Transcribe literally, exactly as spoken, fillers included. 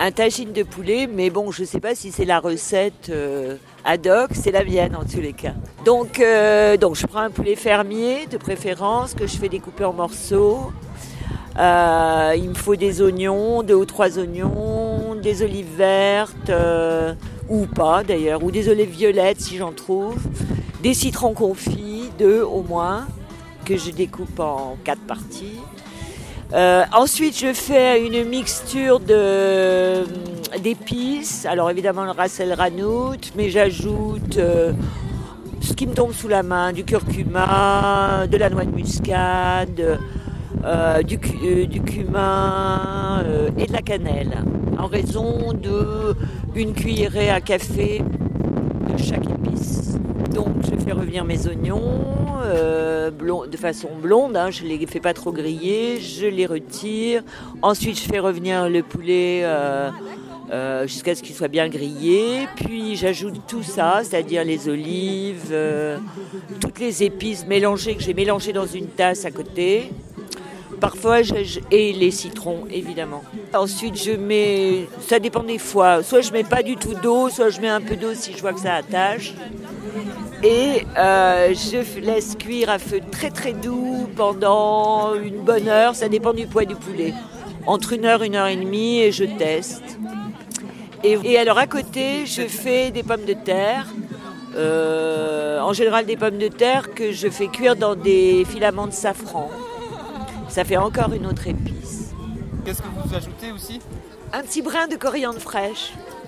un tagine de poulet, mais bon, je ne sais pas si c'est la recette euh, ad hoc, c'est la mienne en tous les cas. Donc, euh, donc je prends un poulet fermier de préférence que je fais découper en morceaux. Euh, il me faut des oignons, deux ou trois oignons, des olives vertes, euh, ou pas d'ailleurs, ou des olives violettes si j'en trouve, des citrons confits, deux au moins, que je découpe en quatre parties. Euh, ensuite, je fais une mixture de, d'épices. Alors évidemment le ras el hanout, mais j'ajoute euh, ce qui me tombe sous la main, du curcuma, de la noix de muscade, euh, du, euh, du cumin euh, et de la cannelle, en raison de une cuillerée à café de chaque épice. Donc je fais revenir mes oignons euh, blond, de façon blonde, hein, je ne les fais pas trop griller, je les retire. Ensuite je fais revenir le poulet euh, euh, jusqu'à ce qu'il soit bien grillé. Puis j'ajoute tout ça, c'est-à-dire les olives, euh, toutes les épices mélangées que j'ai mélangées dans une tasse à côté. Parfois, je, et les citrons, évidemment. Ensuite, je mets, ça dépend des fois, soit je mets pas du tout d'eau, soit je mets un peu d'eau si je vois que ça attache. Et euh, je laisse cuire à feu très très doux pendant une bonne heure, ça dépend du poids du poulet. Entre une heure, une heure et demie, et je teste. Et, et alors à côté, je fais des pommes de terre. Euh, en général, des pommes de terre que je fais cuire dans des filaments de safran. Ça fait encore une autre épice. Qu'est-ce que vous ajoutez aussi ? Un petit brin de coriandre fraîche.